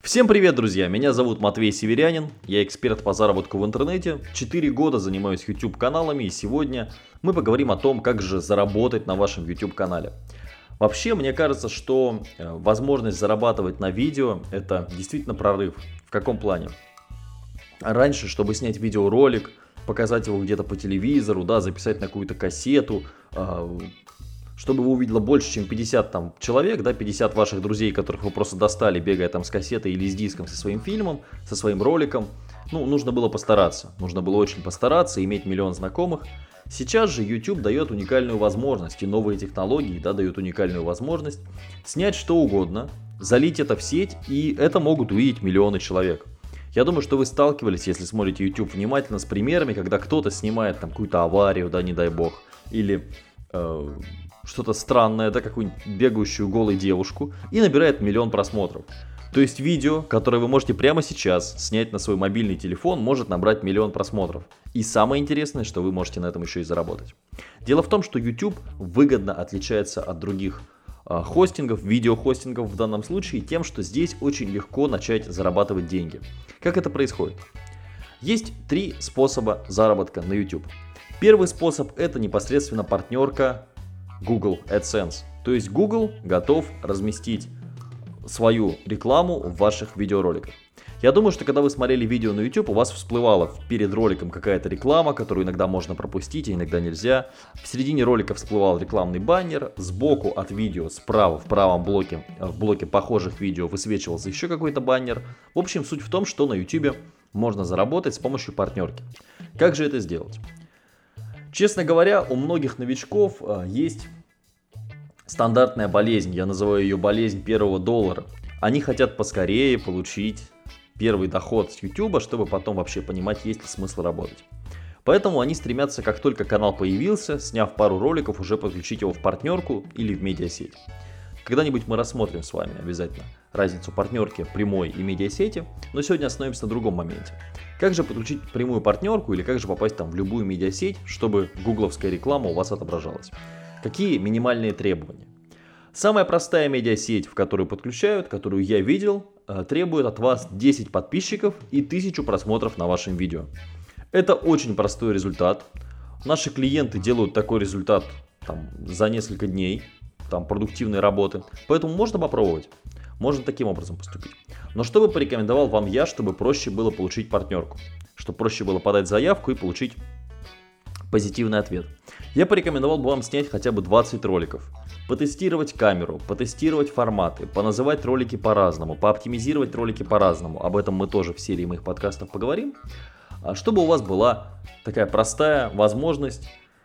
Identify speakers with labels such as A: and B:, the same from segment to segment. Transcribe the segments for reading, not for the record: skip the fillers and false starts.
A: Всем привет, друзья! Меня зовут Матвей Северянин, я эксперт по заработку в интернете, 4 года занимаюсь YouTube каналами, и сегодня мы поговорим о том, как же заработать на вашем YouTube канале. Вообще, мне кажется, что возможность зарабатывать на видео — это действительно прорыв. В каком плане? Раньше, чтобы снять видеоролик, показать его где-то по телевизору, да, записать на какую-то кассету, чтобы его увидело больше, чем 50 человек, да, 50 ваших друзей, которых вы просто достали, бегая там с кассетой или с диском со своим фильмом, со своим роликом, нужно было постараться. Нужно было очень постараться, иметь миллион знакомых. Сейчас же YouTube дает уникальную возможность, и новые технологии, да, дают уникальную возможность снять что угодно, залить это в сеть, и это могут увидеть миллионы человек. Я думаю, что вы сталкивались, если смотрите YouTube внимательно, с примерами, когда кто-то снимает там какую-то аварию, да, не дай бог, или что-то странное, да, какую-нибудь бегающую голую девушку, и набирает миллион просмотров. То есть видео, которое вы можете прямо сейчас снять на свой мобильный телефон, может набрать миллион просмотров. И самое интересное, что вы можете на этом еще и заработать. Дело в том, что YouTube выгодно отличается от других хостингов, видеохостингов в данном случае, тем, что здесь очень легко начать зарабатывать деньги. Как это происходит? Есть 3 способа заработка на YouTube. Первый способ — это непосредственно партнерка Google AdSense. То есть Google готов разместить свою рекламу в ваших видеороликах. Я думаю, что когда вы смотрели видео на YouTube, у вас всплывала перед роликом какая-то реклама, которую иногда можно пропустить, а иногда нельзя. В середине ролика всплывал рекламный баннер, сбоку от видео, справа, в правом блоке, в блоке похожих видео высвечивался еще какой-то баннер. В общем, суть в том, что на YouTube можно заработать с помощью партнерки. Как же это сделать? Честно говоря, у многих новичков есть стандартная болезнь, я называю ее болезнь первого доллара. Они хотят поскорее получить первый доход с YouTube, чтобы потом вообще понимать, есть ли смысл работать. Поэтому они стремятся, как только канал появился, сняв пару роликов, уже подключить его в партнерку или в медиасеть. Когда-нибудь мы рассмотрим с вами обязательно разницу партнерки прямой и медиасети, но сегодня остановимся на другом моменте. Как же подключить прямую партнерку или как же попасть в любую медиасеть, чтобы гугловская реклама у вас отображалась? Какие минимальные требования? Самая простая медиасеть, в которую подключают, которую я видел, требует от вас 10 подписчиков и 1000 просмотров на вашем видео. Это очень простой результат. Наши клиенты делают такой результат за несколько дней продуктивной работы, поэтому можно попробовать. Можно таким образом поступить. Но что бы порекомендовал вам я, чтобы проще было получить партнерку? Чтобы проще было подать заявку и получить позитивный ответ? Я порекомендовал бы вам снять хотя бы 20 роликов. Потестировать камеру, потестировать форматы, поназывать ролики по-разному, пооптимизировать ролики по-разному. Об этом мы тоже в серии моих подкастов поговорим. Чтобы у вас была такая простая возможность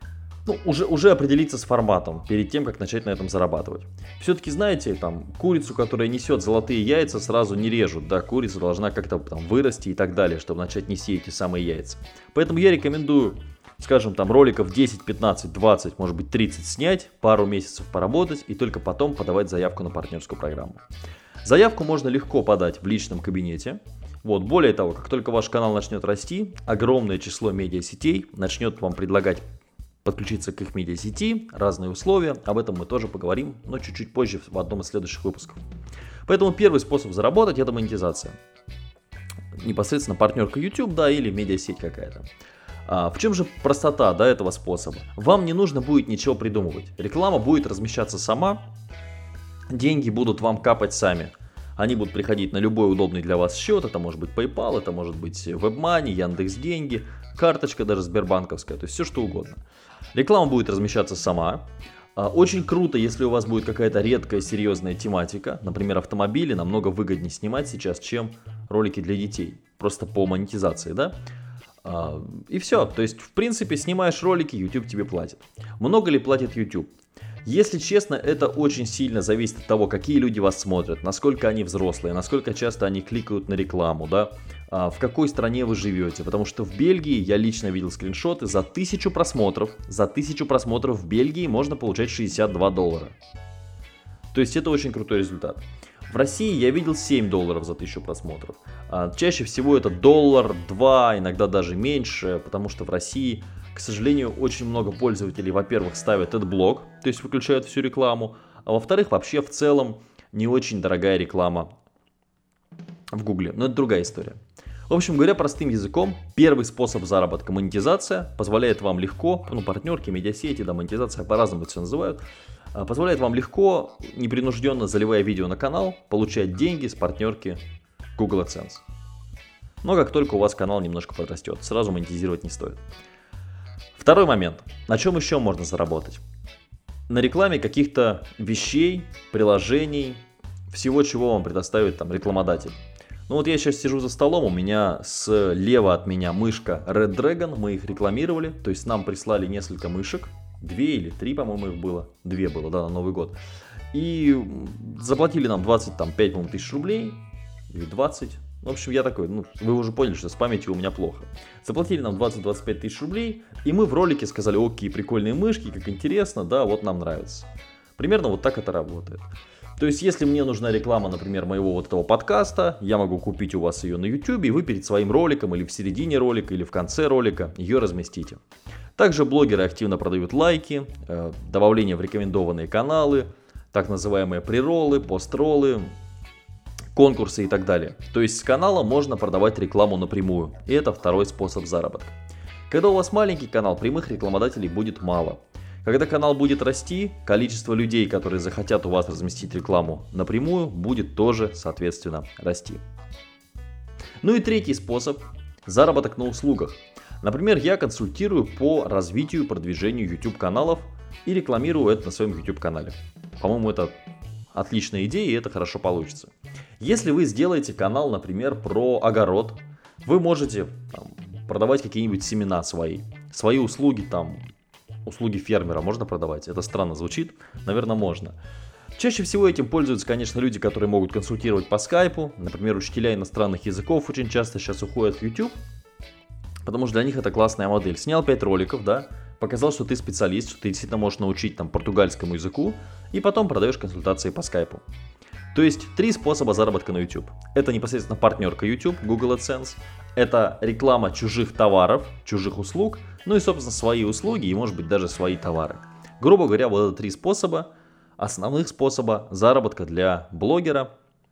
A: уже определиться с форматом перед тем, как начать на этом зарабатывать. Все-таки, знаете, курицу, которая несет золотые яйца, сразу не режут. Да, курица должна как-то вырасти и так далее, чтобы начать нести эти самые яйца. Поэтому я рекомендую, скажем, роликов 10, 15, 20, может быть 30 снять, пару месяцев поработать и только потом подавать заявку на партнерскую программу. Заявку можно легко подать в личном кабинете. Более того, как только ваш канал начнет расти, огромное число медиасетей начнет вам предлагать подключиться к их медиасети, разные условия, об этом мы тоже поговорим, но чуть-чуть позже в одном из следующих выпусков. Поэтому первый способ заработать — это монетизация. Непосредственно партнерка YouTube, да, или медиасеть какая-то. В чем же простота, да, этого способа? Вам не нужно будет ничего придумывать. Реклама будет размещаться сама, деньги будут вам капать сами. Они будут приходить на любой удобный для вас счет, это может быть PayPal, это может быть WebMoney, Яндекс.Деньги, карточка даже сбербанковская, то есть все что угодно. Реклама будет размещаться сама. Очень круто, если у вас будет какая-то редкая серьезная тематика, например, автомобили, намного выгоднее снимать сейчас, чем ролики для детей, просто по монетизации, да? И все, то есть в принципе снимаешь ролики, YouTube тебе платит. Много ли платит YouTube? Если честно, это очень сильно зависит от того, какие люди вас смотрят, насколько они взрослые, насколько часто они кликают на рекламу, да, в какой стране вы живете. Потому что в Бельгии, я лично видел скриншоты, за 1000 просмотров в Бельгии можно получать $62. То есть это очень крутой результат. В России я видел $7 за 1000 просмотров. Чаще всего это $1, $2, иногда даже меньше, потому что в России, к сожалению, очень много пользователей, во-первых, ставят AdBlock, то есть выключают всю рекламу, а во-вторых, вообще в целом не очень дорогая реклама в Гугле, но это другая история. В общем говоря, простым языком, первый способ заработка — монетизация, позволяет вам легко, партнерки, медиасети, да, монетизация, по-разному это все называют, позволяет вам легко, непринужденно, заливая видео на канал, получать деньги с партнерки Google AdSense. Но как только у вас канал немножко подрастет, сразу монетизировать не стоит. Второй момент. На чем еще можно заработать? На рекламе каких-то вещей, приложений, всего, чего вам предоставит там рекламодатель. Ну вот я сейчас сижу за столом, у меня слева от меня мышка Red Dragon, мы их рекламировали, то есть нам прислали несколько мышек, 2 или 3, по-моему, их было, 2 было, да, на Новый год. И заплатили нам 25, по-моему, тысяч рублей, или 20. В общем, я такой, вы уже поняли, что с памятью у меня плохо. Заплатили нам 20-25 тысяч рублей, и мы в ролике сказали: о, какие прикольные мышки, как интересно, да, вот нам нравится. Примерно вот так это работает. То есть, если мне нужна реклама, например, моего вот этого подкаста, я могу купить у вас ее на YouTube, и вы перед своим роликом, или в середине ролика, или в конце ролика ее разместите. Также блогеры активно продают лайки, добавление в рекомендованные каналы, так называемые прероллы, построллы, конкурсы и так далее. То есть, с канала можно продавать рекламу напрямую, и это второй способ заработка. Когда у вас маленький канал, прямых рекламодателей будет мало. Когда канал будет расти, количество людей, которые захотят у вас разместить рекламу напрямую, будет тоже, соответственно, расти. Ну и третий способ – заработок на услугах. Например, я консультирую по развитию и продвижению YouTube-каналов и рекламирую это на своем YouTube-канале. По-моему, это отличная идея, и это хорошо получится. Если вы сделаете канал, например, про огород, вы можете продавать какие-нибудь семена свои услуги услуги фермера можно продавать? Это странно звучит, наверное, можно. Чаще всего этим пользуются, конечно, люди, которые могут консультировать по скайпу. Например, учителя иностранных языков очень часто сейчас уходят в YouTube, потому что для них это классная модель. Снял 5 роликов, да, показал, что ты специалист, что ты действительно можешь научить португальскому языку, и потом продаешь консультации по скайпу. То есть 3 способа заработка на YouTube. Это непосредственно партнерка YouTube, Google AdSense. Это реклама чужих товаров, чужих услуг. Ну и, собственно, свои услуги и, может быть, даже свои товары. Грубо говоря, вот это 3 способа, основных способа заработка для блогера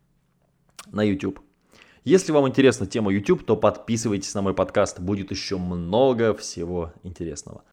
A: на YouTube. Если вам интересна тема YouTube, то подписывайтесь на мой подкаст. Будет еще много всего интересного.